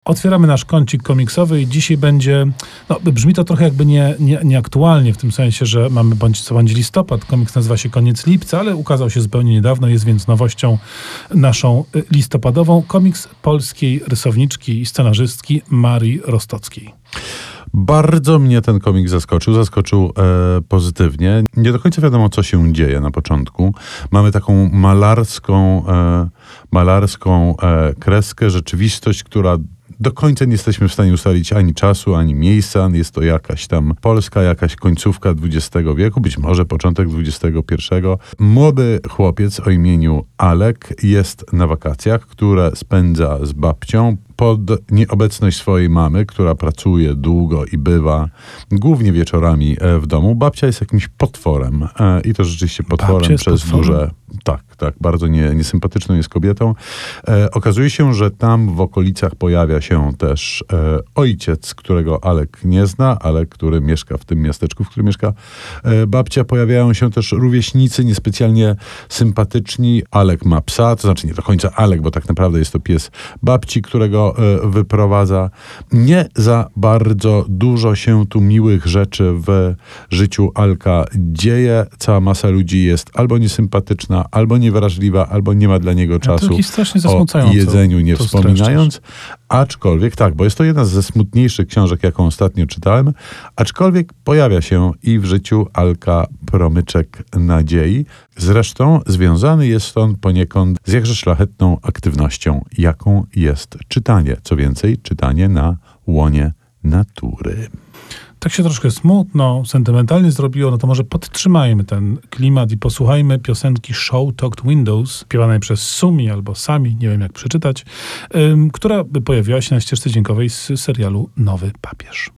Otwieramy nasz kącik komiksowy i dzisiaj będzie, brzmi to trochę jakby nieaktualnie, w tym sensie, że mamy bądź listopad, komiks nazywa się Koniec lipca, ale ukazał się zupełnie niedawno, jest więc nowością naszą listopadową. Komiks polskiej rysowniczki i scenarzystki Marii Rostockiej. Bardzo mnie ten komiks zaskoczył pozytywnie. Nie do końca wiadomo, co się dzieje na początku. Mamy taką malarską kreskę, rzeczywistość, która do końca nie jesteśmy w stanie ustalić ani czasu, ani miejsca. Jest to jakaś tam Polska, jakaś końcówka XX wieku, być może początek XXI. Młody chłopiec o imieniu Alek jest na wakacjach, które spędza z babcią pod nieobecność swojej mamy, która pracuje długo i bywa głównie wieczorami w domu. Babcia jest jakimś potworem i to rzeczywiście potworem przez duże... Tak, bardzo niesympatyczną jest kobietą. Okazuje się, że tam w okolicach pojawia się też ojciec, którego Alek nie zna, ale który mieszka w tym miasteczku, w którym mieszka babcia. Pojawiają się też rówieśnicy niespecjalnie sympatyczni. Alek ma psa, to znaczy nie do końca Alek, bo tak naprawdę jest to pies babci, którego wyprowadza. Nie za bardzo dużo się tu miłych rzeczy w życiu Alka dzieje. Cała masa ludzi jest albo niesympatyczna, albo niewrażliwa, albo nie ma dla niego czasu. O jedzeniu nie wspominając. Aczkolwiek, bo jest to jedna ze smutniejszych książek, jaką ostatnio czytałem, aczkolwiek pojawia się i w życiu Alka promyczek nadziei. Zresztą związany jest on poniekąd z jakże szlachetną aktywnością, jaką jest czytanie. Co więcej, czytanie na łonie natury. Tak się troszkę smutno, sentymentalnie zrobiło, to może podtrzymajmy ten klimat i posłuchajmy piosenki Show Talked Windows, śpiewanej przez Sumi albo Sami, nie wiem jak przeczytać, która pojawiła się na ścieżce dźwiękowej z serialu Nowy Papież.